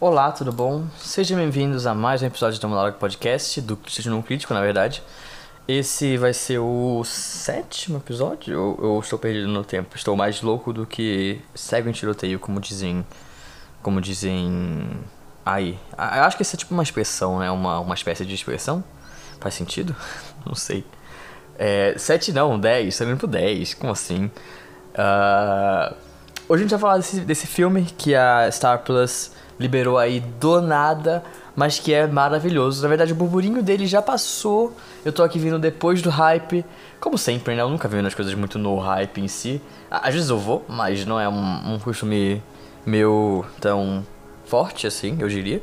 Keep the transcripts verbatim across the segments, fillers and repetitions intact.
Olá, tudo bom? Sejam bem-vindos a mais um episódio do Monólogo Podcast, do Cristiano Crítico, na verdade. Esse vai ser o sétimo episódio? Eu, eu estou perdido no tempo. Estou mais louco do que cego em tiroteio, como dizem... Como dizem... Aí. Eu acho que isso é tipo uma expressão, né? Uma, uma espécie de expressão. Faz sentido? Não sei. É, sete não, dez. Tá indo pro dez. Como assim? Uh, hoje a gente vai falar desse, desse filme que a Star Plus liberou aí do nada, mas que é maravilhoso. Na verdade, o burburinho dele já passou. Eu tô aqui vindo depois do hype. Como sempre, né? Eu nunca vi as coisas muito no hype em si. Às vezes eu vou, mas não é um, um costume meu tão forte assim, eu diria.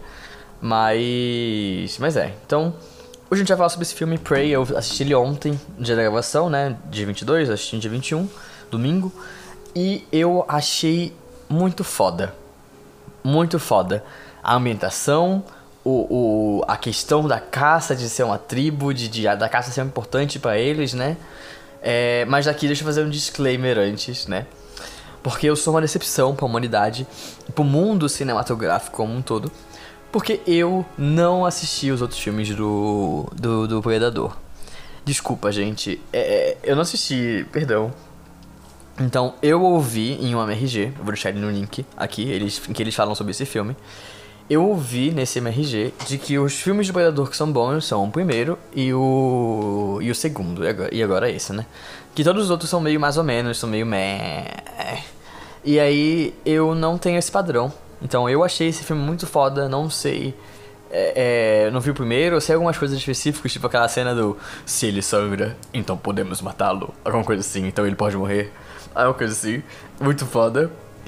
Mas... Mas é. Então, hoje a gente vai falar sobre esse filme, Prey. Eu assisti ele ontem, no dia da gravação, né? Dia vinte e dois, assisti no dia vinte e um, domingo. E eu achei muito foda. Muito foda. A ambientação, o, o, a questão da caça, de ser uma tribo, de, de, da caça ser importante pra eles, né? É, mas aqui deixa eu fazer um disclaimer antes, né? Porque eu sou uma decepção pra humanidade, pro mundo cinematográfico como um todo. Porque eu não assisti os outros filmes do, do, do Predador. Desculpa, gente. É, eu não assisti, perdão. Então, eu ouvi em um M R G, eu vou deixar ele no link aqui, eles, em que eles falam sobre esse filme. Eu ouvi nesse M R G de que os filmes do Predador que são bons são o primeiro e o, e o segundo, e agora, e agora esse, né? Que todos os outros são meio mais ou menos, são meio meh. E aí, eu não tenho esse padrão. Então, eu achei esse filme muito foda, não sei... É, é, não vi o primeiro, eu sei algumas coisas específicas, tipo aquela cena do se ele sangra, então podemos matá-lo, alguma coisa assim, então ele pode morrer, alguma coisa assim, muito foda.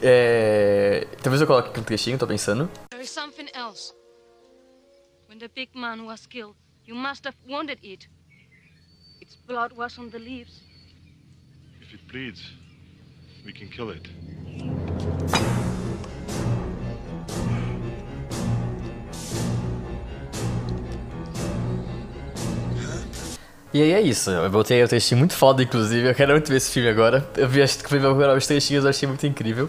É, talvez eu coloque aqui um trechinho, tô pensando. There is something else. When the big man was killed, you must have wanted it. Its blood was on the leaves. If it bleeds, we can kill it. E aí é isso, eu botei o trechinho muito foda, inclusive, eu quero muito ver esse filme agora. Eu vi os trechinhos, eu achei muito incrível.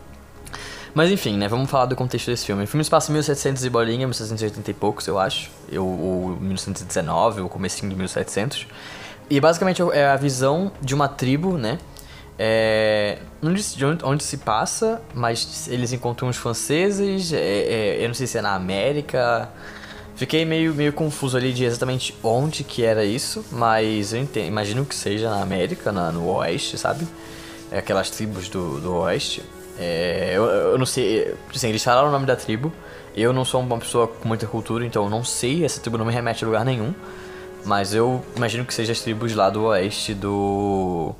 Mas enfim, né, vamos falar do contexto desse filme. O filme se passa em mil e setecentos e bolinha, mil setecentos e oitenta e poucos, eu acho. Eu, ou mil novecentos e dezenove, ou comecinho de mil e setecentos. E basicamente é a visão de uma tribo, né. É, não disse de onde, onde se passa, mas eles encontram uns franceses, é, é, eu não sei se é na América... Fiquei meio, meio confuso ali de exatamente onde que era isso, mas eu entendo, imagino que seja na América, na, no Oeste, sabe? É aquelas tribos do, do Oeste. É, eu, eu não sei, assim, eles falaram o nome da tribo, eu não sou uma pessoa com muita cultura, então eu não sei, essa tribo não me remete a lugar nenhum. Mas eu imagino que seja as tribos lá do Oeste do,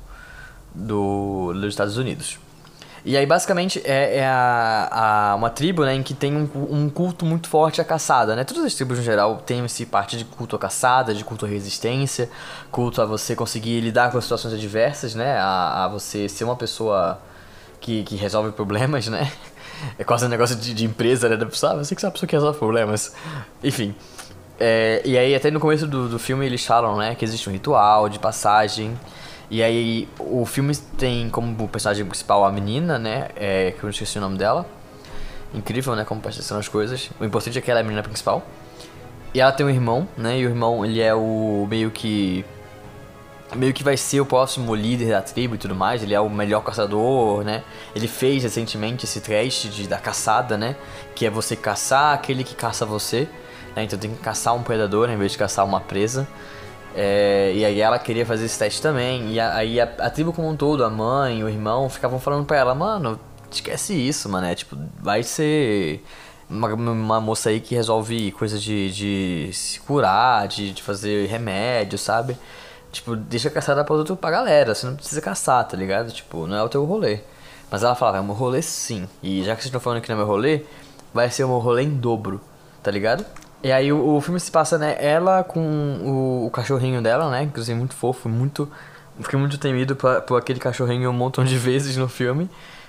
do, dos Estados Unidos. E aí, basicamente, é, é a, a, uma tribo, né, em que tem um, um culto muito forte à caçada, né? Todas as tribos, no geral, têm esse parte de culto à caçada, de culto à resistência, culto a você conseguir lidar com as situações adversas, né? A, a você ser uma pessoa que, que resolve problemas, né? É quase um negócio de, de empresa, né? Da pessoa, ah, você que é uma pessoa que resolve problemas. Enfim. É, e aí, até no começo do, do filme, eles falam, né, que existe um ritual de passagem. E aí, o filme tem como personagem principal a menina, né, é, que eu não esqueci o nome dela. Incrível, né, como prestam as coisas. O importante é que ela é a menina principal. E ela tem um irmão, né, e o irmão, ele é o meio que... Meio que vai ser o próximo líder da tribo e tudo mais. Ele é o melhor caçador, né. Ele fez recentemente esse teste de, da caçada, né, que é você caçar aquele que caça você, né. Então tem que caçar um predador, né, em vez de caçar uma presa. É, e aí ela queria fazer esse teste também. E a, aí a, a tribo como um todo, a mãe, o irmão, ficavam falando pra ela: mano, esquece isso, mano. É, tipo, vai ser uma, uma moça aí que resolve coisas de, de se curar, de, de fazer remédio, sabe? Tipo, deixa caçada pra, outro, pra galera. Você não precisa caçar, tá ligado? Tipo, não é o teu rolê. Mas ela falava: é o meu rolê sim. E já que vocês estão falando que não é meu rolê, vai ser o meu rolê em dobro, tá ligado? E aí o, o filme se passa, né, ela com o, o cachorrinho dela, né, inclusive muito fofo, muito... Fiquei muito temido por, por aquele cachorrinho um montão de vezes no filme.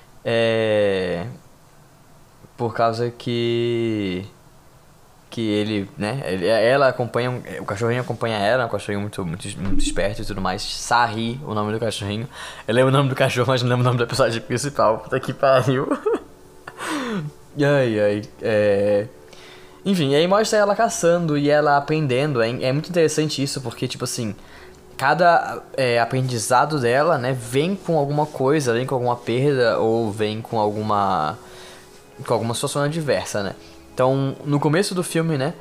É... Por causa que... Que ele, né, ele, ela acompanha... O cachorrinho acompanha ela, é um cachorrinho muito, muito, muito esperto e tudo mais. Sarri, o nome do cachorrinho. Eu lembro o nome do cachorro, mas não lembro o nome da personagem principal. Puta que pariu. Ai, ai. É... Enfim, aí mostra ela caçando e ela aprendendo. É, é muito interessante isso, porque, tipo assim, cada é, aprendizado dela, né, vem com alguma coisa, vem com alguma perda ou vem com alguma. com alguma situação adversa, né? Então, no começo do filme, né,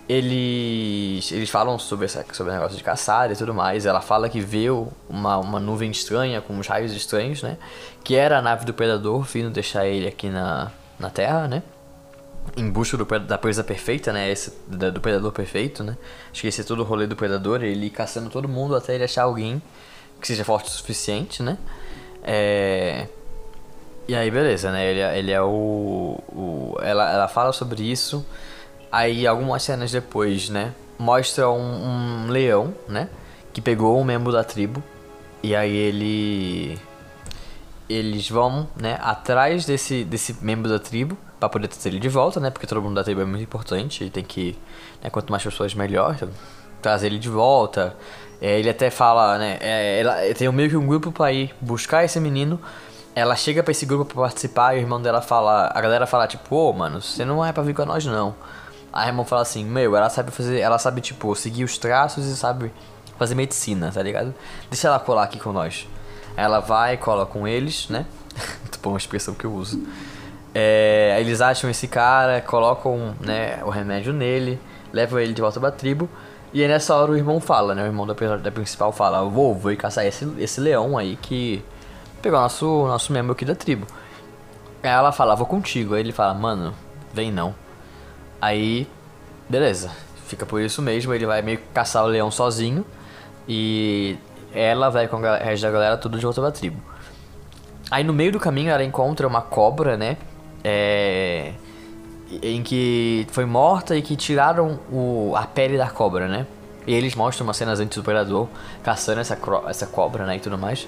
eles, eles falam sobre, essa, sobre o negócio de caçar e tudo mais. Ela fala que viu uma, uma nuvem estranha com uns raios estranhos, né? Que era a nave do Predador vindo deixar ele aqui na, na Terra, né? Em busca do, da presa perfeita, né? Esse, da, do Predador perfeito, né? Acho que esse é todo o rolê do Predador. Ele ir caçando todo mundo até ele achar alguém que seja forte o suficiente, né? É... E aí, beleza, né? Ele, ele é o... o ela, ela fala sobre isso. Aí, algumas cenas depois, né? Mostra um, um leão, né? Que pegou um membro da tribo. E aí ele... Eles vão, né? Atrás desse, desse membro da tribo. Pra poder trazer ele de volta, né? Porque todo mundo da tribo é muito importante. E tem que... Né, quanto mais pessoas, melhor. Então, trazer ele de volta. É, ele até fala, né? É, ela, tem meio que um grupo pra ir buscar esse menino. Ela chega pra esse grupo pra participar e o irmão dela fala... A galera fala, tipo, ô, oh, mano, você não é pra vir com nós, não. Aí o irmão fala assim, meu, ela sabe fazer... Ela sabe, tipo, seguir os traços e sabe fazer medicina, tá ligado? Deixa ela colar aqui com nós. Ela vai, cola com eles, né? Muito bom a expressão que eu uso. É, eles acham esse cara, colocam, né, o remédio nele, levam ele de volta pra tribo. E aí nessa hora o irmão fala, né? O irmão da, da principal fala, vou, vou ir caçar esse, esse leão aí que... Pegou nosso, nosso membro aqui da tribo. Aí ela fala, vou contigo. Aí ele fala, mano, vem não. Aí, beleza. Fica por isso mesmo, ele vai meio que caçar o leão sozinho. E ela vai com o resto da galera tudo de volta pra tribo. Aí no meio do caminho ela encontra uma cobra, né? É... Em que foi morta e que tiraram o, a pele da cobra, né? E eles mostram umas cenas antes do predador caçando essa, essa cobra, né? E tudo mais.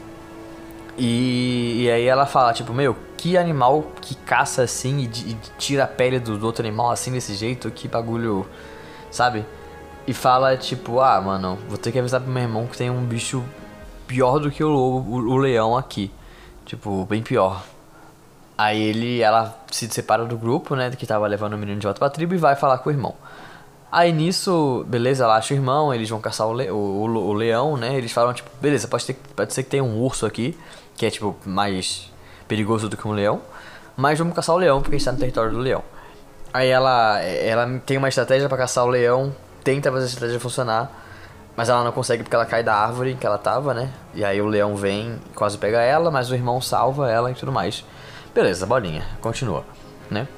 E, e aí ela fala, tipo, meu, que animal que caça assim e, e tira a pele do, do outro animal assim desse jeito, que bagulho, sabe? E fala, tipo, ah, mano, vou ter que avisar pro meu irmão que tem um bicho pior do que o, o, o leão aqui. Tipo, bem pior. Aí ele, ela se separa do grupo, né, que tava levando o menino de volta pra tribo e vai falar com o irmão. Aí nisso, beleza, ela acha o irmão, eles vão caçar o, le, o, o, o leão, né, eles falam, tipo, beleza, pode, ter, pode ser que tenha um urso aqui, que é, tipo, mais perigoso do que um leão, mas vamos caçar o leão porque a gente tá no território do leão. Aí ela, ela tem uma estratégia pra caçar o leão, tenta fazer a estratégia funcionar, mas ela não consegue porque ela cai da árvore que ela tava, né, e aí o leão vem, quase pega ela, mas o irmão salva ela e tudo mais. Beleza, bolinha, continua, né.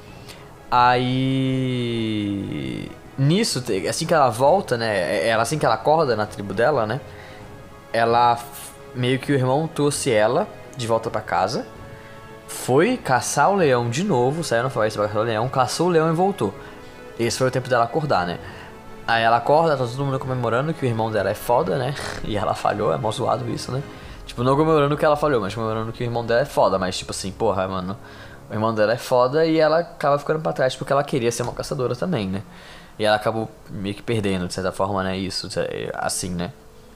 Aí... Nisso, assim que ela volta, né, ela, assim que ela acorda na tribo dela, né, ela... Meio que o irmão trouxe ela de volta pra casa, foi caçar o leão de novo, saiu na floresta pra caçar o leão, caçou o leão e voltou. Esse foi o tempo dela acordar, né. Aí ela acorda, tá todo mundo comemorando que o irmão dela é foda, né, e ela falhou, é mó zoado isso, né. Tipo, não comemorando que ela falhou, mas comemorando que o irmão dela é foda, mas tipo assim, porra, mano, o irmão dela é foda e ela acaba ficando pra trás porque ela queria ser uma caçadora também, né. E ela acabou meio que perdendo, de certa forma, né, isso, assim, né.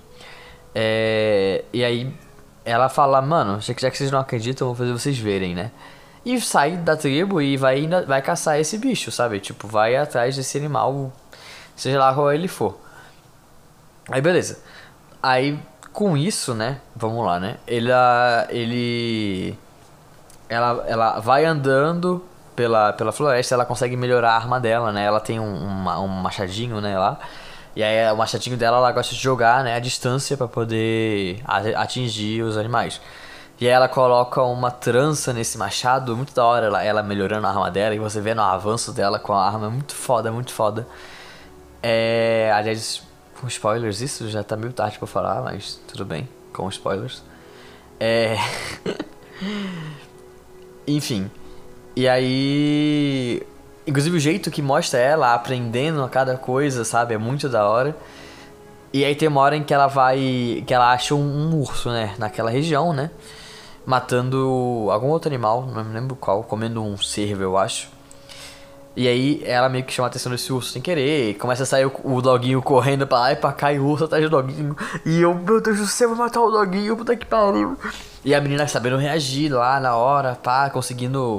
É, e aí ela fala, mano, já que, já que vocês não acreditam, eu vou fazer vocês verem, né. E sai da tribo e vai, vai caçar esse bicho, sabe, tipo, vai atrás desse animal, seja lá qual ele for. Aí beleza. Aí com isso, né, vamos lá, né, ele, ele ela, ela vai andando pela, pela floresta, ela consegue melhorar a arma dela, né, ela tem um, uma, um machadinho, né, lá. E aí o machadinho dela, ela gosta de jogar, né, a distância pra poder atingir os animais. E aí ela coloca uma trança nesse machado, muito da hora, ela, ela melhorando a arma dela, e você vendo o avanço dela com a arma, muito foda, muito foda. É, aliás, com spoilers, isso já tá meio tarde pra falar, mas tudo bem, com spoilers. É... Enfim, e aí... Inclusive o jeito que mostra ela aprendendo a cada coisa, sabe? É muito da hora. E aí tem uma hora em que ela vai... Que ela acha um, um urso, né? Naquela região, né? Matando algum outro animal, não me lembro qual. Comendo um cervo, eu acho. E aí ela meio que chama a atenção desse urso sem querer. E começa a sair o, o doguinho correndo pra lá e pra cá. E o urso atrás do doguinho. E eu, meu Deus do céu, vou matar o doguinho. Puta que pariu. E a menina sabendo reagir lá na hora, pá, conseguindo...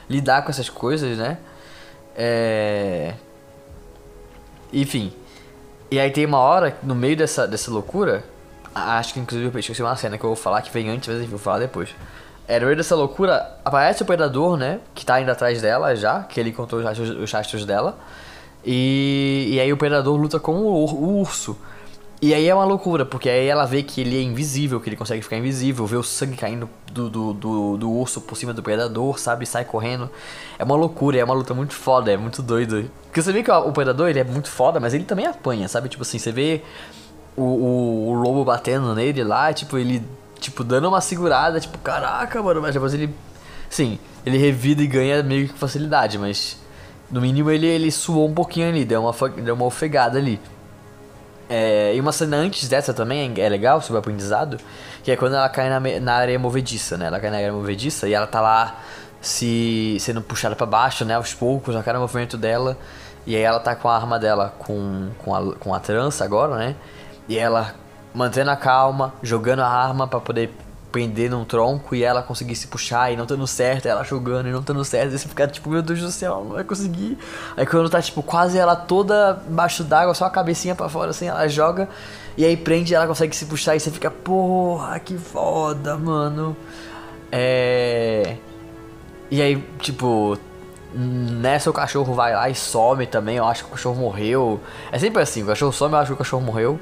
lidar com essas coisas, né? É... Enfim. E aí tem uma hora, no meio dessa, dessa loucura, acho que inclusive eu esqueci uma cena que eu vou falar que vem antes, mas enfim, vou falar depois. É, no meio dessa loucura, aparece o predador, né? Que tá indo atrás dela já, que ele encontrou os rastros, os rastros dela. E, e aí o predador luta com o, ur, o urso. E aí é uma loucura, porque aí ela vê que ele é invisível, que ele consegue ficar invisível, vê o sangue caindo do, do, do, do urso por cima do predador, sabe? Sai correndo. É uma loucura, é uma luta muito foda, é muito doido. Porque você vê que o, o predador, ele é muito foda, mas ele também apanha, sabe? Tipo assim, você vê o, o, o lobo batendo nele lá, tipo, ele, tipo, dando uma segurada, tipo, caraca, mano, mas depois ele, sim, ele revida e ganha meio que com facilidade, mas no mínimo ele, ele suou um pouquinho ali, deu uma, deu uma ofegada ali. É, e uma cena antes dessa também é legal sobre o aprendizado, que é quando ela cai na, na areia movediça, né? Ela cai na areia movediça e ela tá lá se sendo puxada pra baixo, né? Aos poucos, a cada movimento dela. E aí ela tá com a arma dela com, com, a, com a trança agora, né? E ela mantendo a calma, jogando a arma pra poder prender num tronco e ela conseguir se puxar e não dando certo, ela jogando e não dando certo, e você fica tipo, meu Deus do céu, não vai conseguir. Aí quando tá tipo quase ela toda embaixo d'água, só a cabecinha pra fora assim, ela joga e aí prende e ela consegue se puxar e você fica, porra, que foda, mano. É... E aí, tipo, nessa o cachorro vai lá e some também, eu acho que o cachorro morreu. É sempre assim, o cachorro some, eu acho que o cachorro morreu.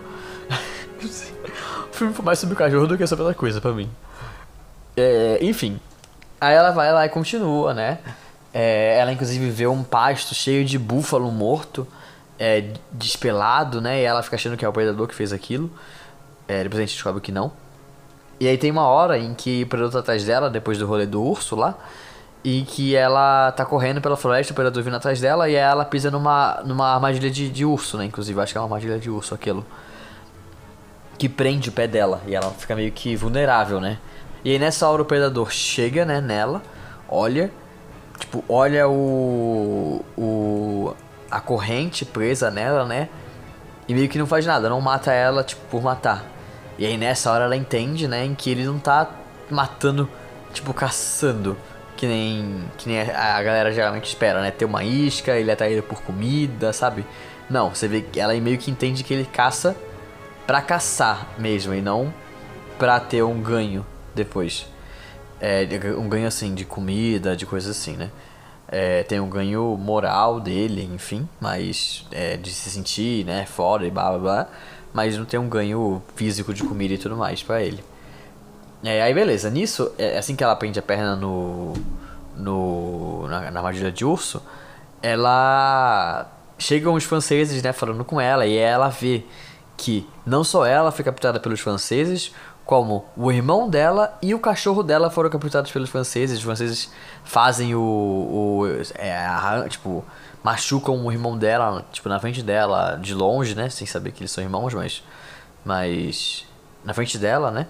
O filme foi mais sobre o cachorro do que sobre outra coisa pra mim. É, enfim. Aí ela vai lá e continua, né? É, ela inclusive vê um pasto cheio de búfalo morto, é, despelado, né? E ela fica achando que é o predador que fez aquilo. É, depois a gente descobre que não. E aí tem uma hora em que o predador tá atrás dela, depois do rolê do urso lá. E que ela tá correndo pela floresta, o predador vindo atrás dela. E aí ela pisa numa, numa armadilha de, de urso, né? Inclusive, acho que é uma armadilha de urso aquilo. Que prende o pé dela e ela fica meio que vulnerável, né? E aí nessa hora o predador chega, né, nela, olha, tipo, olha o, o a corrente presa nela, né? E meio que não faz nada, não mata ela, tipo, por matar. E aí nessa hora ela entende, né, em que ele não tá matando, tipo, caçando, que nem, que nem a, a galera geralmente espera, né? Ter uma isca, ele é atraído por comida, sabe? Não, você vê que ela meio que entende que ele caça pra caçar mesmo, e não pra ter um ganho depois. É, um ganho assim, de comida, de coisas assim, né? É, tem um ganho moral dele, enfim, mas é, de se sentir, né, fora e blá blá blá. Mas não tem um ganho físico de comida e tudo mais pra ele. É, aí beleza, nisso, é, assim que ela prende a perna no, no na, na armadilha de urso, ela... Chegam os franceses, né, falando com ela, e ela vê que não só ela foi capturada pelos franceses, como o irmão dela e o cachorro dela foram capturados pelos franceses. Os franceses fazem o... o é, a, tipo, machucam o irmão dela, tipo, na frente dela, de longe, né, sem saber que eles são irmãos, mas... Mas... na frente dela, né.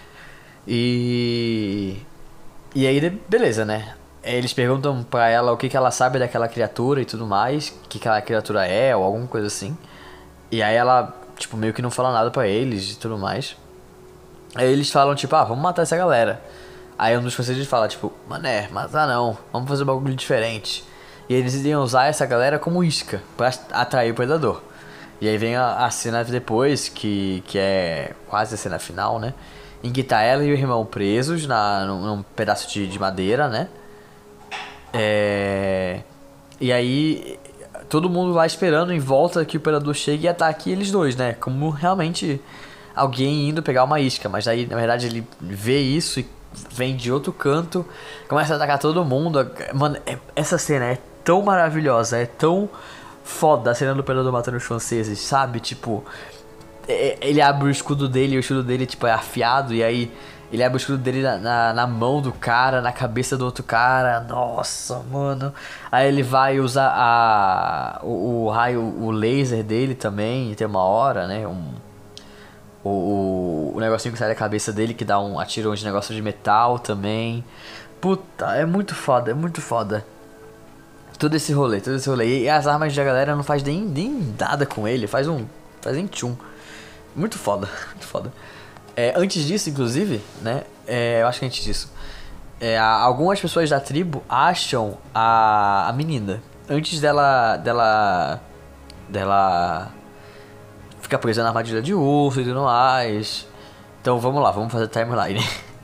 E... E aí, beleza, né. Eles perguntam pra ela o que, que ela sabe daquela criatura e tudo mais, o que, que aquela criatura é, ou alguma coisa assim. E aí ela... tipo, meio que não fala nada pra eles e tudo mais. Aí eles falam, tipo, ah, vamos matar essa galera. Aí um dos franceses fala, tipo, mané, matar não, vamos fazer um bagulho diferente. E eles iriam usar essa galera como isca, pra atrair o predador. E aí vem a, a cena depois, que, que é quase a cena final, né? Em que tá ela e o irmão presos na, num, num pedaço de, de madeira, né? É... E aí... todo mundo lá esperando em volta que o predador chegue e ataque eles dois, né? Como realmente alguém indo pegar uma isca. Mas aí, na verdade, ele vê isso e vem de outro canto, começa a atacar todo mundo. Mano, é, essa cena é tão maravilhosa, é tão foda a cena do predador matando os franceses, sabe? Tipo, é, ele abre o escudo dele e o escudo dele, tipo, é afiado. E aí ele abre o escudo dele na, na, na mão do cara, na cabeça do outro cara. Nossa, mano. Aí ele vai usar a, o, o raio, o laser dele também. Tem uma hora, né? Um, o, o, o negocinho que sai da cabeça dele, que dá um, atira uns negócios de metal também. Puta, é muito foda, é muito foda. Todo esse rolê, todo esse rolê. E as armas da galera não faz nem, nem nada com ele. Faz um, faz nem tchum. Muito foda, muito foda. É, antes disso, inclusive, né, é, eu acho que antes disso, é, a- algumas pessoas da tribo acham a, a menina. Antes dela. dela. dela. ficar presa na armadilha de urso e tudo mais. Então vamos lá, vamos fazer timeline.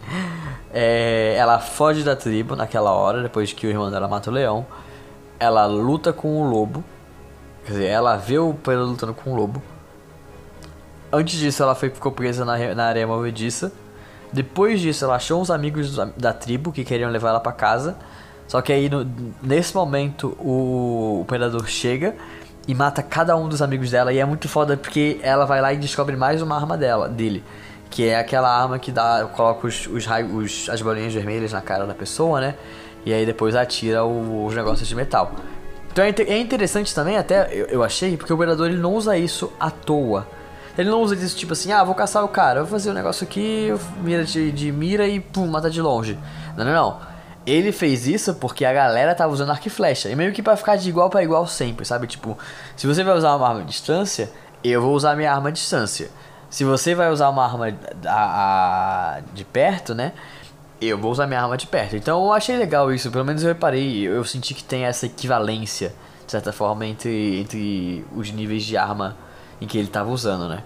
É, ela foge da tribo naquela hora, depois que o irmão dela mata o leão. Ela luta com o lobo. Quer dizer, ela vê o Pedro lutando com o lobo. Antes disso, ela foi, ficou presa na, re- na areia movediça. Depois disso, ela achou uns amigos da, da tribo que queriam levar ela pra casa. Só que aí, no- nesse momento, o, o predador chega e mata cada um dos amigos dela. E é muito foda porque ela vai lá e descobre mais uma arma dela, dele. Que é aquela arma que dá, coloca os, os, raios- os- as bolinhas vermelhas na cara da pessoa, né? E aí depois atira o- os negócios de metal. Então é, inte- é interessante também, até eu, eu achei, porque o predador ele não usa isso à toa. Ele não usa isso tipo assim, ah, vou caçar o cara, vou fazer um negócio aqui, mira de, de mira e pum, mata de longe. Não, não, não. Ele fez isso porque a galera tava usando arco e flecha. E meio que pra ficar de igual pra igual sempre, sabe? Tipo, se você vai usar uma arma à distância, eu vou usar minha arma à distância. Se você vai usar uma arma a, a- de perto, né? Eu vou usar minha arma de perto. Então eu achei legal isso, pelo menos eu reparei, eu, eu senti que tem essa equivalência, de certa forma, entre, entre os níveis de arma em que ele tava usando, né?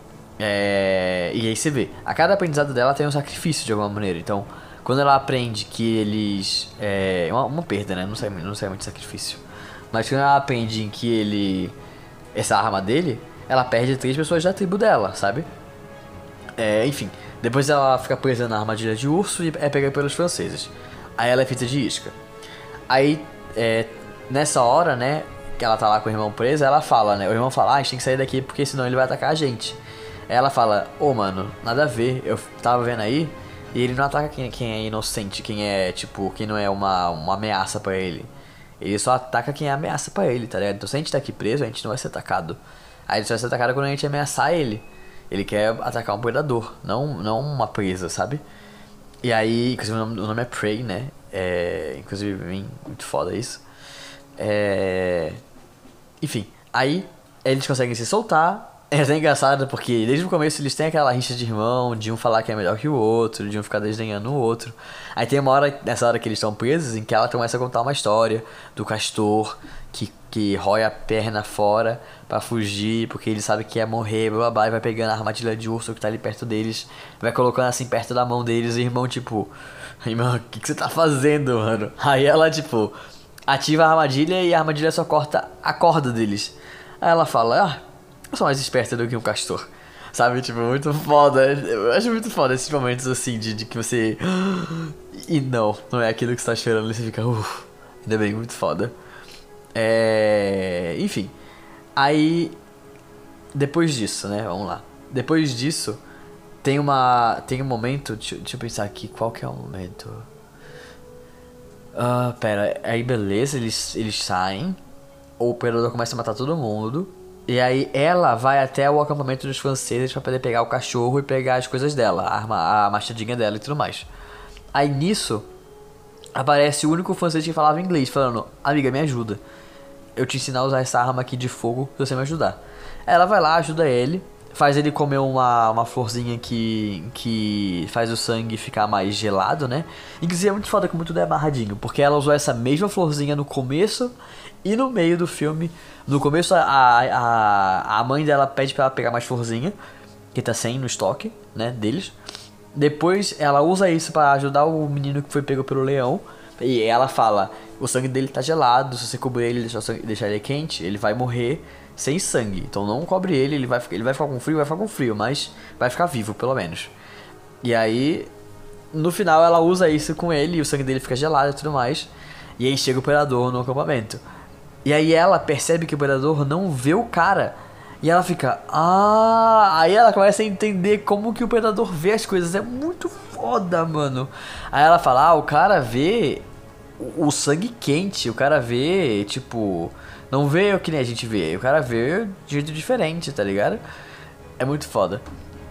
É, e aí você vê, a cada aprendizado dela tem um sacrifício de alguma maneira. Então, quando ela aprende que eles. É uma, uma perda, né? Não sei, não sei muito sacrifício. Mas quando ela aprende que ele. Essa arma dele, ela perde três pessoas da tribo dela, sabe? É, enfim, depois ela fica presa na armadilha de urso e é pega pelos franceses. Aí ela é feita de isca. Aí, é, nessa hora, né, que ela tá lá com o irmão preso, ela fala, né, o irmão fala, ah, a gente tem que sair daqui porque senão ele vai atacar a gente. Aí ela fala, ô oh, mano, nada a ver, eu tava vendo aí, e ele não ataca quem, quem é inocente, quem é, tipo, quem não é uma, uma ameaça pra ele. Ele só ataca quem é ameaça pra ele, tá ligado? Então se a gente tá aqui preso, a gente não vai ser atacado. Aí ele só vai ser atacado quando a gente ameaçar ele. Ele quer atacar um predador, não, não uma presa, sabe? E aí, inclusive o nome, o nome é Prey, né? É, inclusive, bem, muito foda isso. É, enfim, aí eles conseguem se soltar. É até engraçado porque desde o começo eles têm aquela rixa de irmão, de um falar que é melhor que o outro, de um ficar desdenhando o outro. Aí tem uma hora, nessa hora que eles estão presos, em que ela começa a contar uma história do castor que, que rói a perna fora pra fugir, porque ele sabe que ia morrer, blá blá blá, e vai pegando a armadilha de urso que tá ali perto deles, vai colocando assim perto da mão deles, e o irmão tipo, irmão, o que, que você tá fazendo, mano? Aí ela tipo, ativa a armadilha e a armadilha só corta a corda deles. Aí ela fala, ah, eu sou mais esperta do que um castor. Sabe, tipo, muito foda. Eu acho muito foda esses momentos assim de, de que você. E não, não é aquilo que você tá esperando. E você fica, uff, ainda bem, muito foda. É. Enfim. Aí. Depois disso, né? Vamos lá. Depois disso, tem uma. Tem um momento. Deixa, deixa eu pensar aqui, qual que é o momento? Ah, pera. Aí beleza, eles, eles saem. O predador começa a matar todo mundo. E aí ela vai até o acampamento dos franceses pra poder pegar o cachorro e pegar as coisas dela, a arma, a machadinha dela e tudo mais. Aí nisso aparece o único francês que falava inglês, falando, amiga, me ajuda. Eu te ensinar a usar essa arma aqui de fogo se você me ajudar. Ela vai lá, ajuda ele, faz ele comer uma, uma florzinha que, que faz o sangue ficar mais gelado, né? Inclusive é muito foda como tudo é amarradinho, porque ela usou essa mesma florzinha no começo e no meio do filme. No começo a, a, a mãe dela pede pra ela pegar mais florzinha, que tá sem no estoque, né, deles. Depois ela usa isso pra ajudar o menino que foi pego pelo leão. E ela fala, o sangue dele tá gelado, se você cobrir ele e deixar, sangue, deixar ele quente, ele vai morrer sem sangue. Então não cobre ele, ele vai, ele vai ficar com frio, vai ficar com frio, mas vai ficar vivo pelo menos. E aí, no final ela usa isso com ele e o sangue dele fica gelado e tudo mais. E aí chega o predador no acampamento. E aí ela percebe que o predador não vê o cara. E ela fica, ah... Aí ela começa a entender como que o predador vê as coisas. É muito foda, mano. Aí ela fala, ah, o cara vê o, o sangue quente. O cara vê, tipo... Não vê o que nem a gente vê. O cara vê de jeito diferente, tá ligado? É muito foda.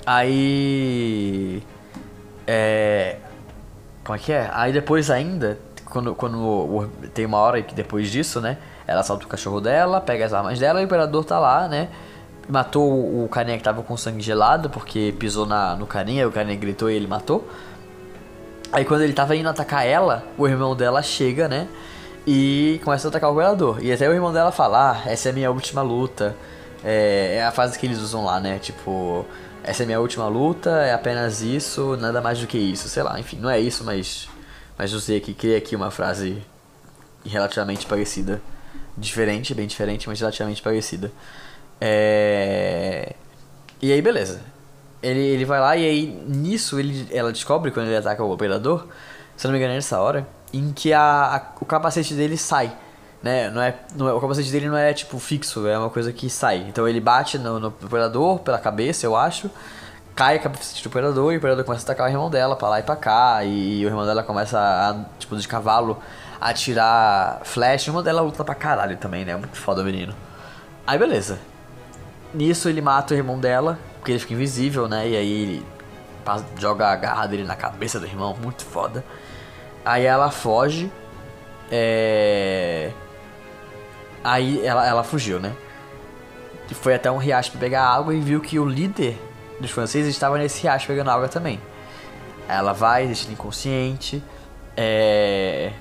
Aí... É... Como é que é? Aí depois ainda... Quando, quando tem uma hora que depois disso, né? Ela salta o cachorro dela, pega as armas dela e o imperador tá lá, né? Matou o, o carinha que tava com sangue gelado, porque pisou na, no carinha, o carinha gritou e ele matou. Aí quando ele tava indo atacar ela, o irmão dela chega, né? E começa a atacar o governador. E até o irmão dela fala, ah, essa é a minha última luta. É, é a frase que eles usam lá, né? Tipo, essa é a minha última luta, é apenas isso, nada mais do que isso. Sei lá, enfim, não é isso, mas... Mas eu sei aqui, criei aqui uma frase relativamente parecida. Diferente, bem diferente, mas relativamente parecida. É... E aí, beleza. Ele, ele vai lá e aí, nisso, ele, ela descobre, quando ele ataca o operador, se eu não me engano é nessa hora, em que a, a, o capacete dele sai, né? Não é, não é, o capacete dele não é, tipo, fixo, é uma coisa que sai. Então ele bate no, no operador, pela cabeça, eu acho, cai o capacete do operador e o operador começa a atacar o irmão dela pra lá e pra cá, e, e o irmão dela começa a, tipo, de cavalo, a atirar flash. O irmão dela luta pra caralho também, né? Muito foda o menino. Aí, beleza. Nisso ele mata o irmão dela, porque ele fica invisível, né? E aí ele joga a garra dele na cabeça do irmão, muito foda. Aí ela foge. É... Aí ela, ela fugiu, né? E foi até um riacho pra pegar água e viu que o líder dos franceses estava nesse riacho pegando água também. Aí ela vai, deixa ele inconsciente. É...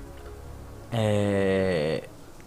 É...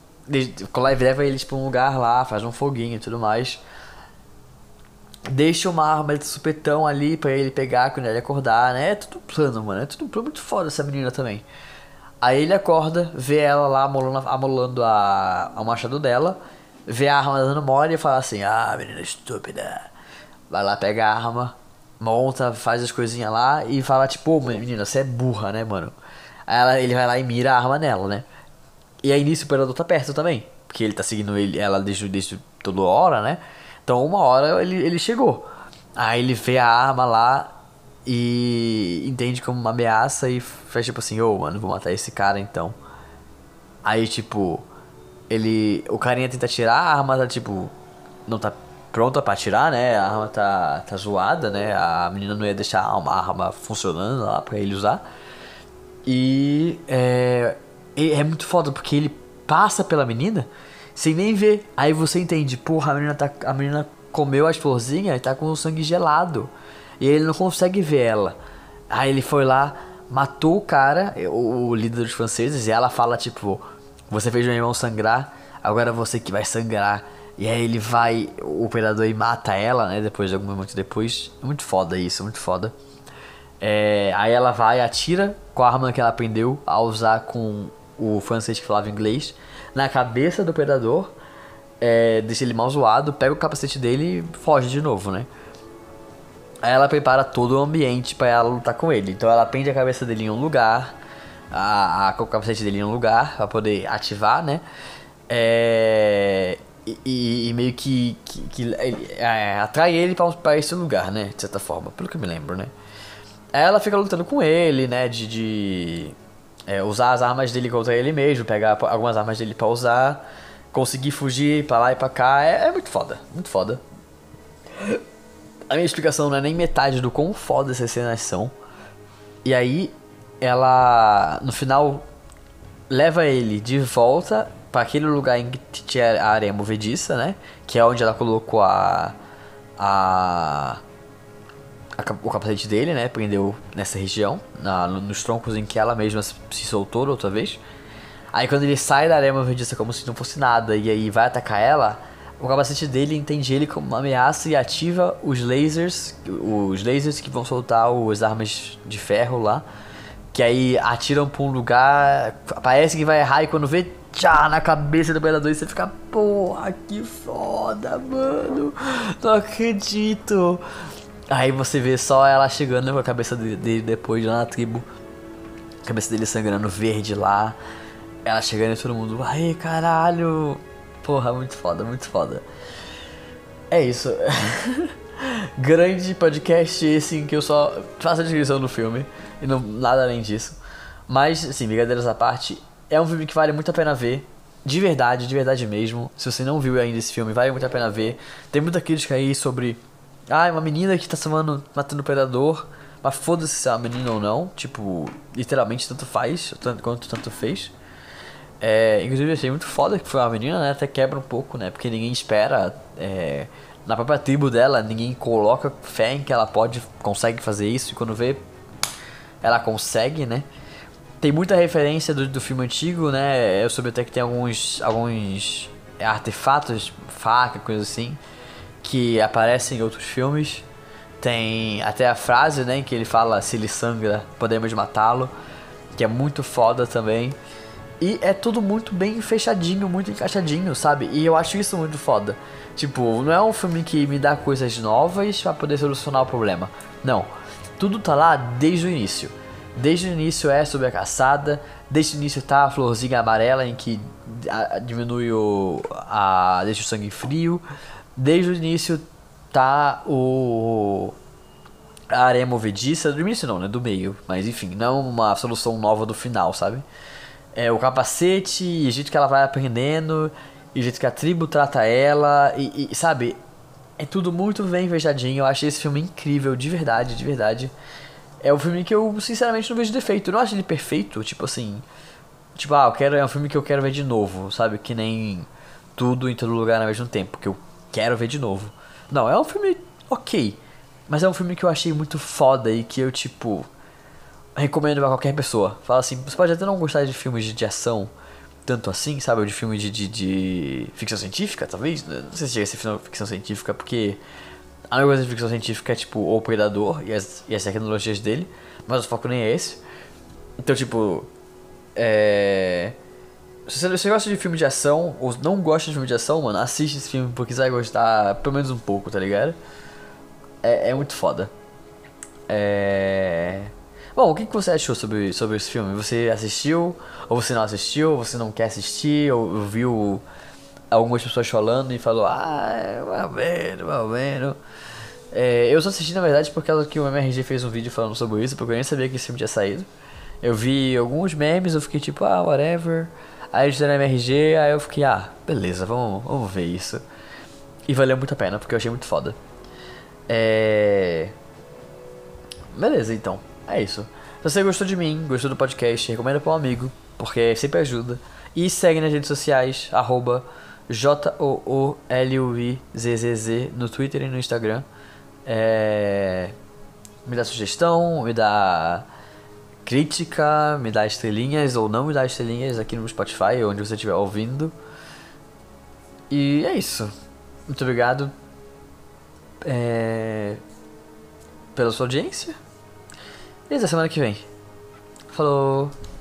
leva eles pra um lugar lá, faz um foguinho e tudo mais. Deixa uma arma de supetão ali pra ele pegar quando ele acordar, né? É tudo plano, mano. É tudo plano muito foda essa menina também. Aí ele acorda, vê ela lá amolando, amolando a, a machado dela, vê a arma dando mole e fala assim: ah, menina estúpida. Vai lá, pega a arma, monta, faz as coisinhas lá e fala tipo: ô, menina, você é burra, né, mano? Aí ela, ele vai lá e mira a arma nela, né? E aí nisso o operador tá perto também, porque ele tá seguindo ele, ela desde, desde toda hora, né? Então uma hora ele, ele chegou. Aí ele vê a arma lá e entende como uma ameaça e faz tipo assim: ô, oh, mano, vou matar esse cara então. Aí tipo, ele... o carinha tenta atirar, a arma tá tipo... não tá pronta pra atirar, né? A arma tá, tá zoada, né? A menina não ia deixar uma arma funcionando lá pra ele usar. E é... é muito foda porque ele passa pela menina sem nem ver. Aí você entende, porra, a menina, tá, a menina comeu as florzinhas e tá com o sangue gelado. E ele não consegue ver ela. Aí ele foi lá, matou o cara, o, o líder dos franceses, e ela fala tipo: você fez meu irmão sangrar, agora você que vai sangrar. E aí ele vai, o operador e mata ela, né, depois de algum momento depois. É muito foda isso, muito foda. É, aí ela vai, atira com a arma que ela aprendeu a usar com o francês que falava inglês na cabeça do operador, é, deixa ele mal zoado, pega o capacete dele e foge de novo, né? Aí ela prepara todo o ambiente pra ela lutar com ele. Então ela prende a cabeça dele em um lugar, a, a, o capacete dele em um lugar pra poder ativar, né? É, e, e meio que, que, que é, atrai ele pra, pra esse lugar, né? De certa forma, pelo que eu me lembro, né? Aí ela fica lutando com ele, né? De... de É, usar as armas dele contra ele mesmo, pegar algumas armas dele pra usar, conseguir fugir pra lá e pra cá. É, é muito foda, muito foda. A minha explicação não é nem metade do quão foda essas cenas são. E aí, ela, no final, leva ele de volta pra aquele lugar em que tinha a areia movediça, né? Que é onde ela colocou a... a o capacete dele, né, prendeu nessa região, na, nos troncos em que ela mesma se soltou outra vez. Aí quando ele sai da areia movediça como se não fosse nada e aí vai atacar ela, o capacete dele entende ele como uma ameaça e ativa os lasers, os lasers que vão soltar as armas de ferro lá, que aí atiram pra um lugar, parece que vai errar e quando vê, tchá, na cabeça do operador e você fica: porra, que foda, mano, não acredito. Aí você vê só ela chegando com a cabeça dele depois lá na tribo. A cabeça dele sangrando verde lá. Ela chegando e todo mundo: ai, caralho. Porra, muito foda, muito foda. É isso. Grande podcast esse em que eu só faço a descrição do filme e não, nada além disso. Mas, assim, brincadeiras à parte, é um filme que vale muito a pena ver. De verdade, de verdade mesmo. Se você não viu ainda esse filme, vale muito a pena ver. Tem muita crítica aí sobre... ah, é uma menina que tá salvando, matando o predador. Mas foda-se se é uma menina ou não. Tipo, literalmente tanto faz tanto, quanto tanto fez. É, inclusive eu achei muito foda que foi uma menina, né? Até quebra um pouco, né? Porque ninguém espera. É, na própria tribo dela, ninguém coloca fé em que ela pode, consegue fazer isso. E quando vê, ela consegue, né? Tem muita referência do, do filme antigo, né? Eu soube até que tem alguns, alguns artefatos, faca, coisa assim, que aparecem em outros filmes. Tem até a frase, né, em que ele fala: se ele sangra, podemos matá-lo, que é muito foda também. E é tudo muito bem fechadinho, muito encaixadinho, sabe? E eu acho isso muito foda. Tipo, não é um filme que me dá coisas novas pra poder solucionar o problema. Não, tudo tá lá desde o início. Desde o início é sobre a caçada. Desde o início tá a florzinha amarela em que a, a, diminui o... A, deixa o sangue frio. Desde o início tá o... A areia movediça. Do início não, né? Do meio. Mas enfim, não uma solução nova do final, sabe? É o capacete, e o jeito que ela vai aprendendo, e o jeito que a tribo trata ela, e, e sabe, é tudo muito bem fechadinho. Eu achei esse filme incrível, de verdade, de verdade. É um filme que eu, sinceramente, não vejo defeito. Eu não acho ele perfeito, tipo assim, tipo, ah, eu quero, é um filme que eu quero ver de novo, sabe, que nem Tudo em Todo Lugar ao mesmo tempo, que eu quero ver de novo. Não, é um filme ok, mas é um filme que eu achei muito foda e que eu, tipo... recomendo pra qualquer pessoa. Fala assim, você pode até não gostar de filmes de, de ação tanto assim, sabe? Ou de filme de, de, de ficção científica, talvez. Não sei se chega a ser ficção científica, porque a única coisa de ficção científica é tipo o Predador e as, e as tecnologias dele, mas o foco nem é esse. Então, tipo, é... se você gosta de filme de ação ou não gosta de filme de ação, mano, assiste esse filme porque você vai gostar pelo menos um pouco, tá ligado? É, é muito foda. É... Bom, o que você achou sobre, sobre esse filme? Você assistiu? Ou você não assistiu? Ou você não quer assistir? Ou viu algumas pessoas falando e falou: ah, é mais ou menos, mais ou menos. É, eu só assisti, na verdade, por causa que o M R G fez um vídeo falando sobre isso, porque eu nem sabia que esse filme tinha saído. Eu vi alguns memes, eu fiquei tipo, ah, whatever. Aí eles fizeram M R G, aí eu fiquei, ah, beleza, vamos, vamos ver isso. E valeu muito a pena, porque eu achei muito foda. É... Beleza, então. É isso. Se você gostou de mim, gostou do podcast, recomenda para um amigo, porque sempre ajuda. E segue nas redes sociais, arroba J O O L U I Z Z Z no Twitter e no Instagram. É... Me dá sugestão, me dá crítica, me dá estrelinhas ou não me dá estrelinhas aqui no Spotify, onde você estiver ouvindo. E é isso. Muito obrigado é... pela sua audiência. E até semana que vem. Falou!